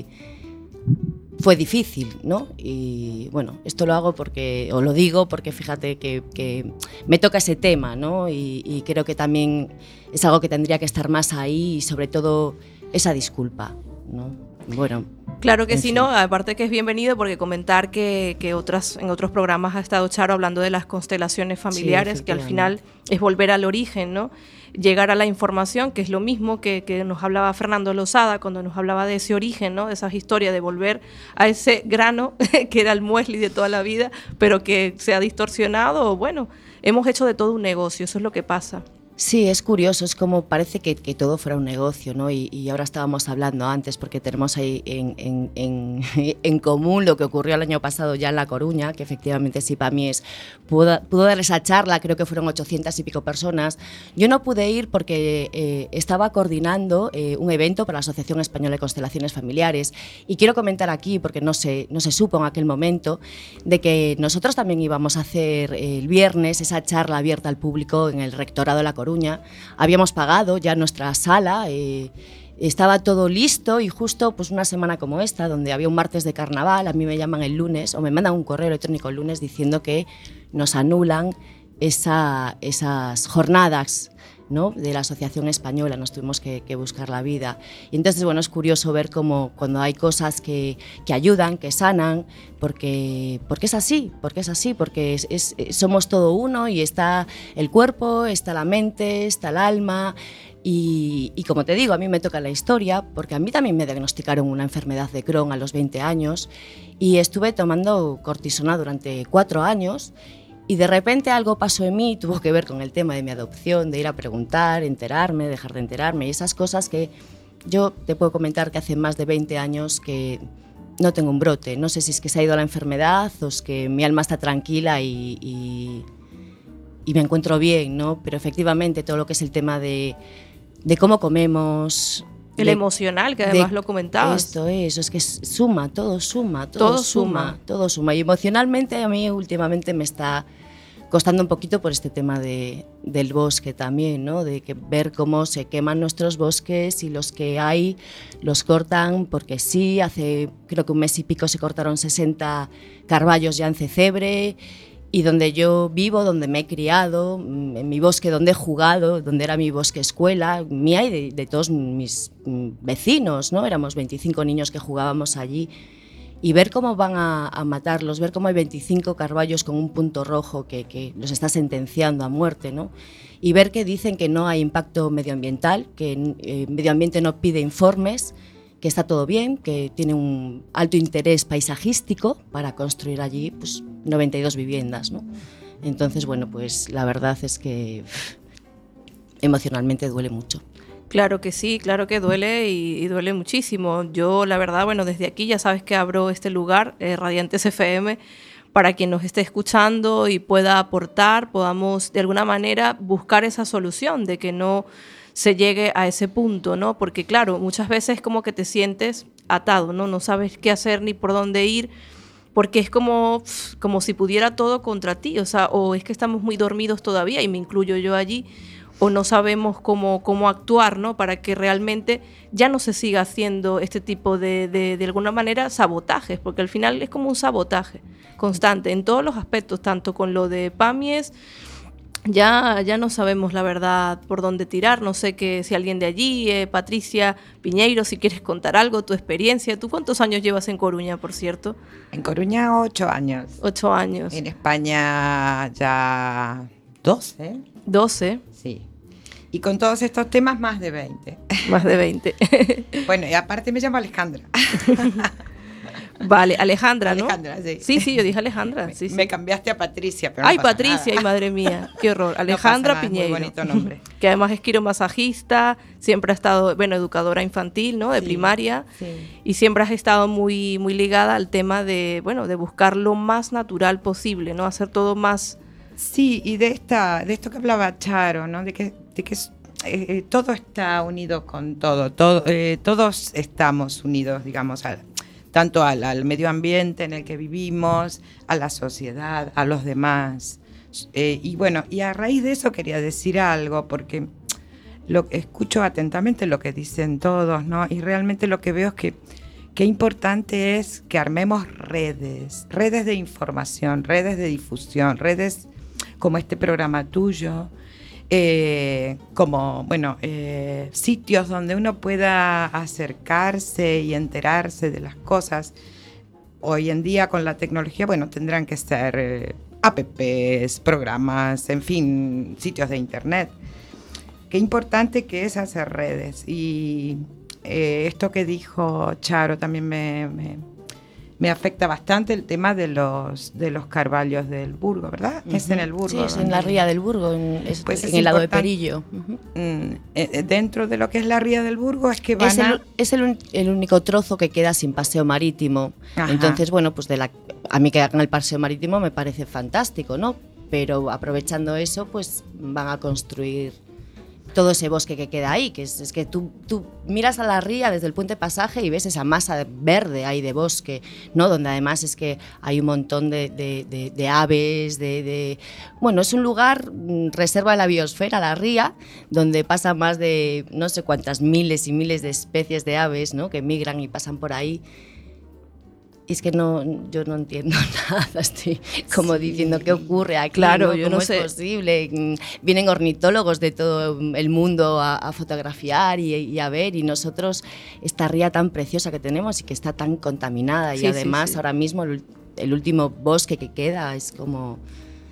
fue difícil, ¿no? Y bueno, esto lo hago lo digo porque fíjate que me toca ese tema, ¿no? Y creo que también es algo que tendría que estar más ahí y sobre todo esa disculpa, ¿no? Bueno.
Claro que sí, ¿no? Aparte que es bienvenido porque comentar que en otros programas ha estado Charo hablando de las constelaciones familiares, que al final es volver al origen, ¿no? Llegar a la información, que es lo mismo que nos hablaba Fernando Lozada cuando nos hablaba de ese origen, ¿no? De esas historias, de volver a ese grano que era el muesli de toda la vida, pero que se ha distorsionado, o bueno, hemos hecho de todo un negocio, eso es lo que pasa.
Sí, es curioso, es como parece que todo fuera un negocio, ¿no? Y ahora estábamos hablando antes, porque tenemos ahí en común lo que ocurrió el año pasado ya en La Coruña, que efectivamente sí, Pamies pudo dar esa charla, creo que fueron 800 y pico personas. Yo no pude ir porque estaba coordinando un evento para la Asociación Española de Constelaciones Familiares, y quiero comentar aquí, porque no se supo en aquel momento, de que nosotros también íbamos a hacer el viernes esa charla abierta al público en el Rectorado de La Coruña. Habíamos pagado ya nuestra sala, estaba todo listo, y justo pues una semana como esta, donde había un martes de carnaval, a mí me llaman el lunes, o me mandan un correo electrónico el lunes diciendo que nos anulan esas jornadas, ¿no? De la Asociación Española, nos tuvimos que buscar la vida. Y entonces, bueno, es curioso ver cómo cuando hay cosas que ayudan, que sanan, porque es así, porque somos todo uno, y está el cuerpo, está la mente, está el alma, Y como te digo, a mí me toca la historia, porque a mí también me diagnosticaron una enfermedad de Crohn a los 20 años y estuve tomando cortisona durante 4 años y de repente algo pasó en mí, tuvo que ver con el tema de mi adopción, de ir a preguntar, enterarme, dejar de enterarme y esas cosas que yo te puedo comentar que hace más de 20 años que no tengo un brote. No sé si es que se ha ido la enfermedad o es que mi alma está tranquila y me encuentro bien, ¿no? Pero efectivamente todo lo que es el tema de cómo comemos...
El emocional, que además lo comentabas.
Esto es que suma, todo suma. Y emocionalmente a mí últimamente me está costando un poquito por este tema del bosque también, ¿no? De ver cómo se queman nuestros bosques y los que hay los cortan porque sí. Hace creo que 1 mes y pico se cortaron 60 carballos ya en Cecebre. Y donde yo vivo, donde me he criado, en mi bosque donde he jugado, donde era mi bosque escuela, mía y de todos mis vecinos, ¿no? Éramos 25 niños que jugábamos allí. Y ver cómo van a matarlos, ver cómo hay 25 carballos con un punto rojo que los está sentenciando a muerte, ¿no? Y ver que dicen que no hay impacto medioambiental, que medio ambiente no pide informes, que está todo bien, que tiene un alto interés paisajístico para construir allí pues 92 viviendas, ¿no? Entonces, bueno, pues la verdad es que emocionalmente duele mucho.
Claro que sí, claro que duele y duele muchísimo. Yo, la verdad, bueno, desde aquí ya sabes que abro este lugar, Radiantes FM, para quien nos esté escuchando y pueda aportar, podamos de alguna manera buscar esa solución de que no se llegue a ese punto, ¿no? Porque claro, muchas veces como que te sientes atado, ¿no? No sabes qué hacer ni por dónde ir, porque es como si pudiera todo contra ti, o sea, o es que estamos muy dormidos todavía, y me incluyo yo allí, o no sabemos cómo actuar, ¿no? Para que realmente ya no se siga haciendo este tipo de alguna manera sabotajes, porque al final es como un sabotaje constante en todos los aspectos, tanto con lo de Pamies. Ya no sabemos la verdad por dónde tirar. No sé si alguien de allí, Patricia Piñeiro, si quieres contar algo, tu experiencia. ¿Tú cuántos años llevas en Coruña, por cierto?
En Coruña 8 años.
8 años.
En España ya 12.
12.
Sí. Y con todos estos temas más de 20.
Más de 20.
Bueno, y aparte me llamo Alejandra.
Vale, Alejandra, ¿no?
Alejandra, sí.
Sí, yo dije Alejandra. Sí.
Me cambiaste a Patricia, pero
ay,
no pasa
Patricia,
nada.
Ay, madre mía, qué horror. Alejandra
no
Piñeiro.
Muy bonito nombre.
Que además es quiromasajista, siempre ha estado, bueno, educadora infantil, ¿no? De primaria.
Sí.
Y siempre has estado muy, muy ligada al tema de buscar lo más natural posible, ¿no? Hacer todo más...
Sí, y de esto que hablaba Charo, ¿no? De que todo está unido con todo. Todos estamos unidos, digamos, tanto al medio ambiente en el que vivimos, a la sociedad, a los demás. Y bueno, y a raíz de eso quería decir algo, porque escucho atentamente lo que dicen todos, ¿no? Y realmente lo que veo es que qué importante es que armemos redes de información, redes de difusión, redes como este programa tuyo, como sitios donde uno pueda acercarse y enterarse de las cosas. Hoy en día con la tecnología, tendrán que ser apps, programas, en fin, sitios de internet. Qué importante que es hacer redes. Y esto que dijo Charo también me afecta bastante, el tema de los carvallos del Burgo, ¿verdad? Uh-huh. Es en el Burgo.
Sí, es en la ría del Burgo, en el lado de Perillo. Uh-huh.
Dentro de lo que es la ría del Burgo es que
es el único trozo que queda sin paseo marítimo. Ajá. Entonces, pues a mí que hagan el paseo marítimo me parece fantástico, ¿no? Pero aprovechando eso, pues van a construir todo ese bosque que queda ahí, que es que tú miras a la ría desde el puente Pasaje y ves esa masa verde ahí de bosque, ¿no? Donde además es que hay un montón de aves, bueno, es un lugar, reserva de la biosfera, la ría, donde pasan más de no sé cuántas miles y miles de especies de aves, ¿no? Que migran y pasan por ahí. Y es que yo no entiendo nada, estoy como diciendo qué ocurre aquí,
claro,
¿no?
yo
¿Cómo
no
es
sé.
Posible? Vienen ornitólogos de todo el mundo a fotografiar y a ver, y nosotros esta ría tan preciosa que tenemos y que está tan contaminada, y además ahora mismo el último bosque que queda es como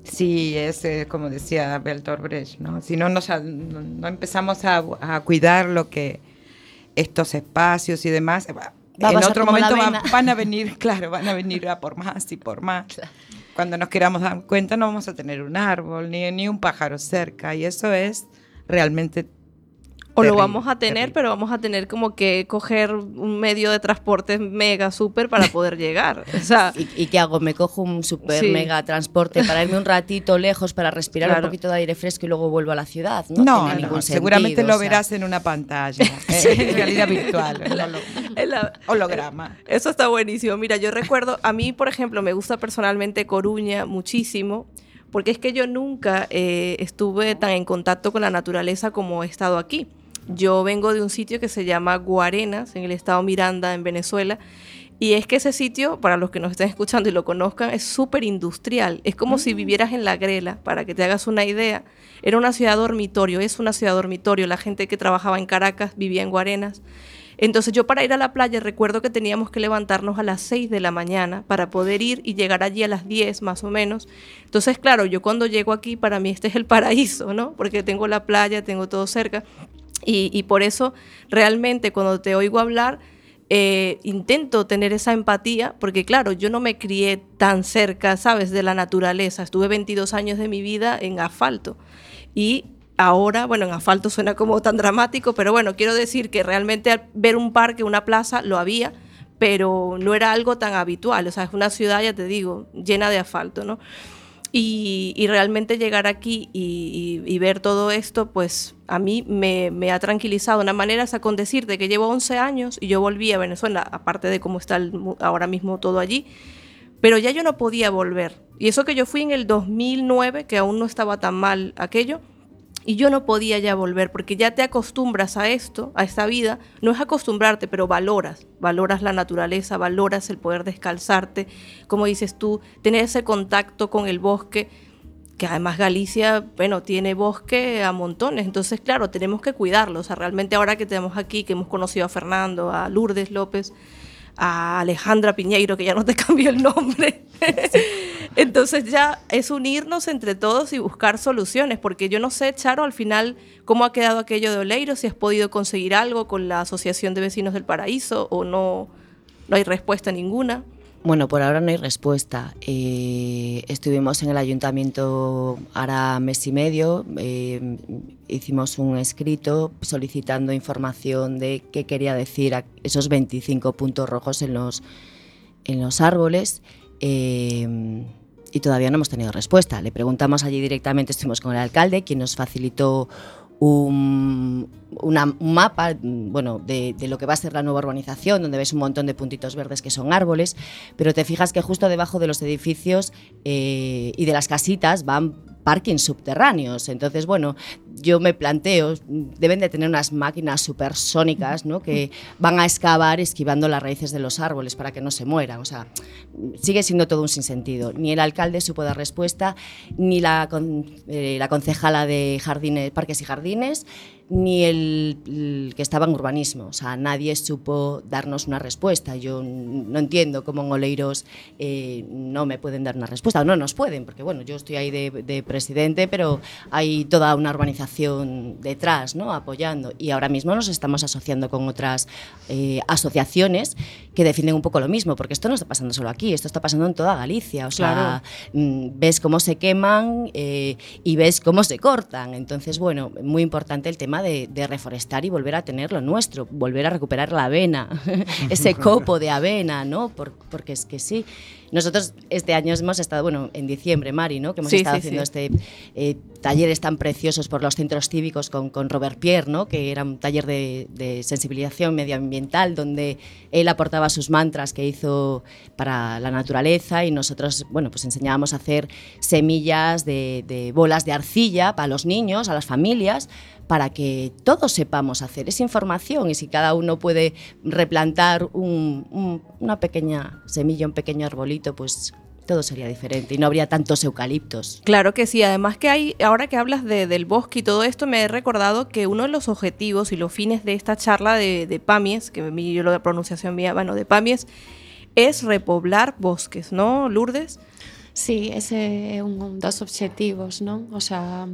Sí, es como decía Bertolt Brecht, ¿no? Si no empezamos a cuidar lo que estos espacios y demás, en otro momento van a venir a por más y por más. Claro. Cuando nos queramos dar cuenta no vamos a tener un árbol ni un pájaro cerca, y eso es realmente
o terrible, lo vamos a tener, terrible. Pero vamos a tener como que coger un medio de transporte mega súper para poder llegar. O sea,
¿Y qué hago? ¿Me cojo un súper mega transporte para irme un ratito lejos para respirar un poquito de aire fresco y luego vuelvo a la ciudad? No tiene ningún sentido,
seguramente lo verás en una pantalla, en realidad virtual, holograma.
Eso está buenísimo. Mira, yo recuerdo, a mí, por ejemplo, me gusta personalmente Coruña muchísimo, porque es que yo nunca estuve tan en contacto con la naturaleza como he estado aquí. Yo vengo de un sitio que se llama Guarenas, en el estado Miranda, en Venezuela, y es que ese sitio, para los que nos estén escuchando y lo conozcan, es súper industrial. Es como si vivieras en La Grela, para que te hagas una idea. Era una ciudad dormitorio, es una ciudad dormitorio. La gente que trabajaba en Caracas vivía en Guarenas. Entonces yo para ir a la playa recuerdo que teníamos que levantarnos a las 6 de la mañana para poder ir y llegar allí a las 10 más o menos. Entonces, claro, yo cuando llego aquí, para mí este es el paraíso, ¿no? Porque tengo la playa, tengo todo cerca. Y por eso realmente cuando te oigo hablar intento tener esa empatía, porque claro, yo no me crié tan cerca, ¿sabes?, de la naturaleza. Estuve 22 años de mi vida en asfalto y ahora, bueno, en asfalto suena como tan dramático, pero bueno, quiero decir que realmente ver un parque, una plaza, lo había, pero no era algo tan habitual. O sea, es una ciudad, ya te digo, llena de asfalto, ¿no? Y realmente llegar aquí y ver todo esto, pues a mí me ha tranquilizado de una manera, o sea, con decirte que llevo 11 años y yo volví a Venezuela, aparte de cómo está ahora mismo todo allí, pero ya yo no podía volver. Y eso que yo fui en el 2009, que aún no estaba tan mal aquello, y yo no podía ya volver, porque ya te acostumbras a esto, a esta vida. No es acostumbrarte, pero valoras la naturaleza, valoras el poder descalzarte, como dices tú, tener ese contacto con el bosque, que además Galicia, bueno, tiene bosque a montones. Entonces, claro, tenemos que cuidarlo. O sea, realmente ahora que tenemos aquí, que hemos conocido a Fernando, a Lourdes López, a Alejandra Piñeiro, que ya no te cambió el nombre. Entonces ya es unirnos entre todos y buscar soluciones, porque yo no sé, Charo, al final, cómo ha quedado aquello de Oleiro, si has podido conseguir algo con la Asociación de Vecinos del Paraíso o no hay respuesta ninguna.
Bueno, por ahora no hay respuesta. Estuvimos en el ayuntamiento hará mes y medio, hicimos un escrito solicitando información de qué quería decir a esos 25 puntos rojos en los árboles, y todavía no hemos tenido respuesta. Le preguntamos allí directamente, estuvimos con el alcalde, quien nos facilitó un mapa, bueno, de lo que va a ser la nueva urbanización, donde ves un montón de puntitos verdes que son árboles, pero te fijas que justo debajo de los edificios y de las casitas van parkings subterráneos. Entonces, bueno, yo me planteo, deben de tener unas máquinas supersónicas, ¿no?, que van a excavar esquivando las raíces de los árboles para que no se mueran. O sea, sigue siendo todo un sinsentido. Ni el alcalde supo dar respuesta, ni la concejala de jardines, parques y jardines, ni el que estaba en urbanismo. O sea, nadie supo darnos una respuesta. Yo no entiendo cómo en Oleiros no me pueden dar una respuesta, o no nos pueden, porque bueno, yo estoy ahí de presidente, pero hay toda una urbanización detrás, ¿no?, apoyando, y ahora mismo nos estamos asociando con otras asociaciones que defienden un poco lo mismo, porque esto no está pasando solo aquí, esto está pasando en toda Galicia. O sea, claro, ves cómo se queman y ves cómo se cortan. Entonces, bueno, muy importante el tema de reforestar y volver a tener lo nuestro, volver a recuperar la avena, ese copo de avena, ¿no? Porque es que sí. Nosotros este año hemos estado, bueno, en diciembre, Mari, ¿no?, que hemos estado haciendo talleres tan preciosos por los centros cívicos con Robert Pierre, ¿no?, que era un taller de sensibilización medioambiental, donde él aportaba sus mantras que hizo para la naturaleza, y nosotros, bueno, pues enseñábamos a hacer semillas de bolas de arcilla para los niños, a las familias, para que todos sepamos hacer esa información, y si cada uno puede replantar una pequeña semilla, un pequeño arbolito, pues todo sería diferente y no habría tantos eucaliptos.
Claro que sí, además que hay, ahora que hablas del bosque y todo esto, me he recordado que uno de los objetivos y los fines de esta charla de PAMIES, que yo lo de pronunciación mía, bueno, de PAMIES, es repoblar bosques, ¿no, Lourdes?
Sí, ese é un dos obxectivos, non? O sea,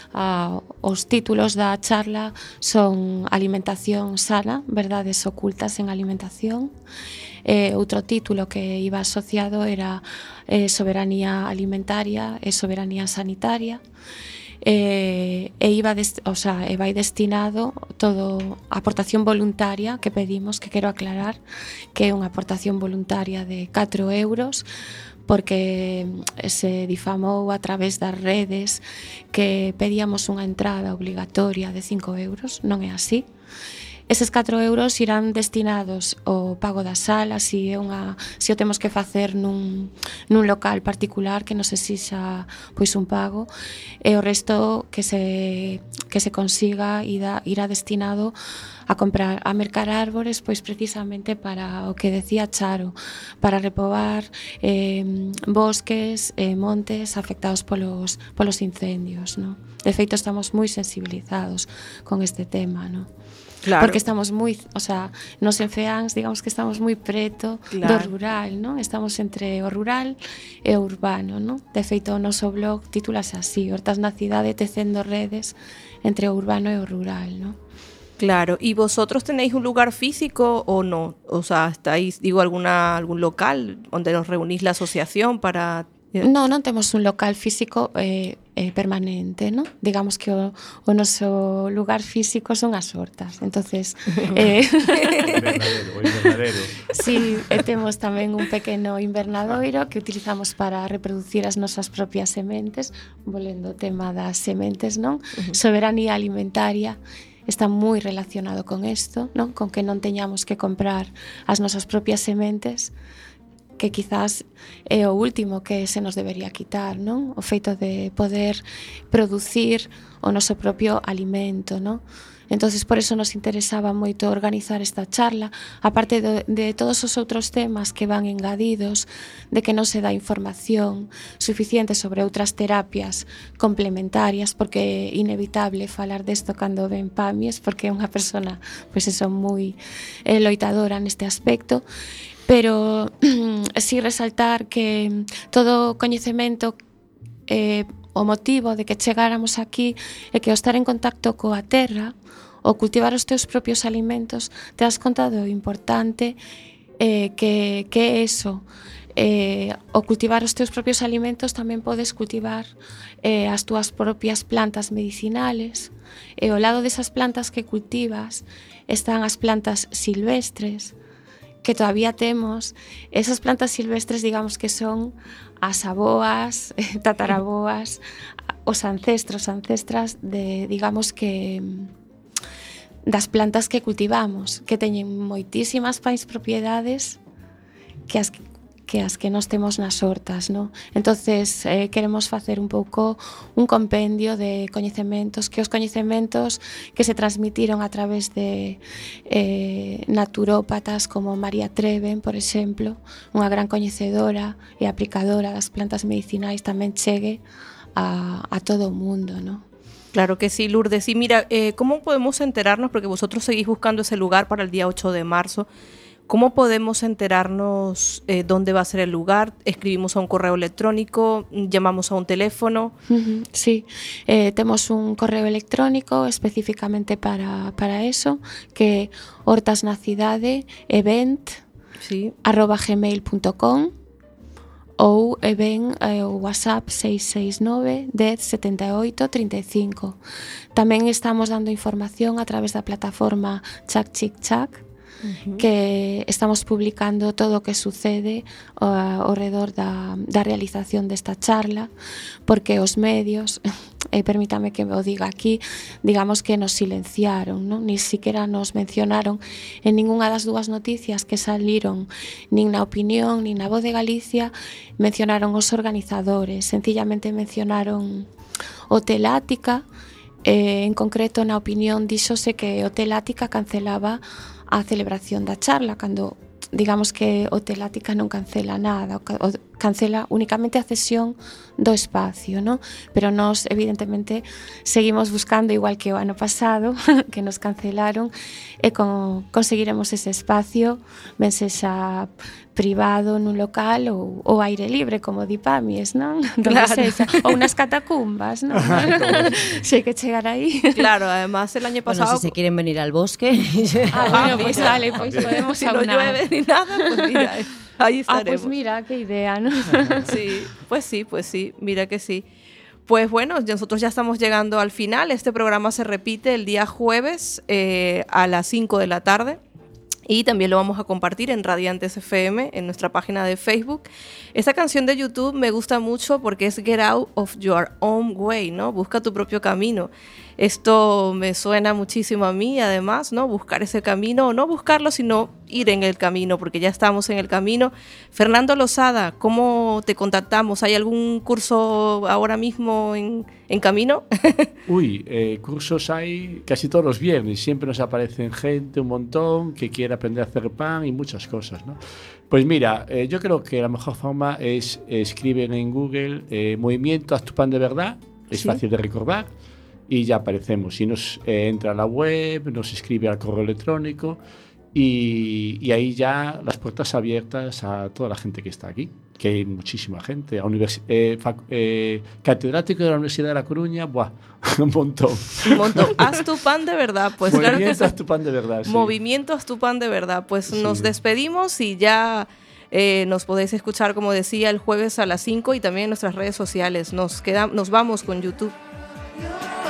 os títulos da charla son Alimentación sana, verdades ocultas en alimentación. Outro título que iba asociado era Soberanía alimentaria e soberanía sanitaria. E vai destinado todo a aportación voluntaria que pedimos, que quero aclarar que é unha aportación voluntaria de 4 euros, porque se difamou a través das redes que pedíamos unha entrada obligatoria de 5 euros, non é así. Eses 4 euros irán destinados ao pago da sala, se o temos que facer nun local particular que nos exixa pois un pago, e o resto que se consiga irá destinado a mercar árbores, pois precisamente para o que decía Charo, para repobar bosques e montes afectados polos incendios, ¿no? De feito, estamos moi sensibilizados con este tema, ¿no? Claro. Porque estamos moi, nos en FEANS, digamos que estamos moi preto do rural, non? Estamos entre o rural e o urbano, non? De feito, o noso blog titúlase así, Hortas na cidade tecendo redes entre o urbano e o rural, non?
Claro, ¿y vosotros tenéis un lugar físico o no? O sea, ¿estáis, algún local donde nos reunís la asociación para...?
No, non temos un local físico permanente, ¿no? Digamos que o noso lugar físico son as hortas. Entonces,
invernadero.
Sí, temos tamén un pequeno invernadoiro que utilizamos para reproducir as nosas propias sementes, volvendo o tema das sementes, non? Soberanía alimentaria está moi relacionado con isto, non? Con que non teñamos que comprar as nosas propias sementes, que quizás é o último que se nos debería quitar, non? O feito de poder producir o noso propio alimento, non? Entonces, por eso nos interesaba moito organizar esta charla, aparte de todos os outros temas que van engadidos, de que non se dá información suficiente sobre outras terapias complementarias, porque é inevitable falar desto cando ven Pamies, porque é unha persona, pois eso, moi loitadora neste aspecto. Pero sí resaltar que todo coñecemento, o motivo de que chegáramos aquí é que ao estar en contacto coa terra, o cultivar os teus propios alimentos, te has conta do importante que é eso. O cultivar os teus propios alimentos tamén podes cultivar as túas propias plantas medicinales, e ao lado desas plantas que cultivas están as plantas silvestres, que todavía temos. Esas plantas silvestres, digamos que son as aboas, tataraboas, os ancestras de, digamos que, das plantas que cultivamos, que teñen moitísimas máis propiedades que as que nós temos nas hortas, ¿no? Entonces, queremos facer un pouco un compendio de coñecementos, que os coñecementos que se transmitiron a través de naturópatas como María Treven, por exemplo, unha gran coñecedora e aplicadora das plantas medicinais, tamén chegue a todo o mundo, ¿no?
Claro que sí, Lourdes. Y mira, ¿cómo podemos enterarnos? Porque vosotros seguís buscando ese lugar para el día 8 de marzo. ¿Cómo podemos enterarnos dónde va a ser el lugar? ¿Escribimos a un correo electrónico? ¿Llamamos a un teléfono?
Sí, temos un correo electrónico específicamente para eso, que hortasnacidade@gmail.com, ou ben o WhatsApp 669 10 78 35. Tamén estamos dando información a través da plataforma Chac Chic Chac, que estamos publicando todo o que sucede ao redor da realización desta charla, porque os medios, permítame que o diga aquí, digamos que nos silenciaron, non? Ni siquiera nos mencionaron en ningunha das dúas noticias que saliron, nin na Opinión, nin na Voz de Galicia, mencionaron os organizadores, sencillamente mencionaron Hotel Ática. En concreto, na Opinión, díxose que Hotel Ática cancelaba a celebración da charla, cando digamos que Hotel Ática non cancela nada, cancela únicamente a cesión do espacio, ¿no? Pero nós evidentemente seguimos buscando, igual que o ano pasado que nos cancelaron, e conseguiremos ese espacio, ben sexa privado nun local ou aire libre, como di Pamies, non?
Claro.
Ou nas catacumbas, non? Si hai que chegar aí.
Claro, además el año pasado...
Bueno, si se quieren venir al bosque...
Bueno, pues vale, pues podemos
si no llueve ni nada, pues mira, ahí estaremos.
Pues mira, qué idea, ¿no?
Sí, pues sí, mira que sí. Pues bueno, nosotros ya estamos llegando al final. Este programa se repite el día jueves a las 5 de la tarde. Y también lo vamos a compartir en Radiantes FM, en nuestra página de Facebook. Esta canción de YouTube me gusta mucho porque es Get Out of Your Own Way, ¿no? Busca tu propio camino. Esto me suena muchísimo a mí, además, ¿no? Buscar ese camino, o no buscarlo, sino ir en el camino, porque ya estamos en el camino. Fernando Losada, ¿cómo te contactamos? ¿Hay algún curso ahora mismo en camino?
Cursos hay casi todos los viernes. Siempre nos aparecen gente, un montón, que quiere aprender a hacer pan y muchas cosas, ¿no? Pues mira, yo creo que la mejor forma es escribir en Google Movimiento Haz tu pan de verdad. Es fácil de recordar. Y ya aparecemos. Si nos entra a la web, nos escribe al correo electrónico y ahí ya las puertas abiertas a toda la gente que está aquí, que hay muchísima gente. Catedrático de la Universidad de La Coruña, ¡buah! Un montón.
Haz tu pan de verdad. Pues
Movimiento,
claro que sí.
Haz tu pan de verdad. Sí.
Movimiento Haz tu pan de verdad. Pues nos despedimos y ya... nos podéis escuchar, como decía, el jueves a las 5 y también en nuestras redes sociales. Nos vamos con YouTube.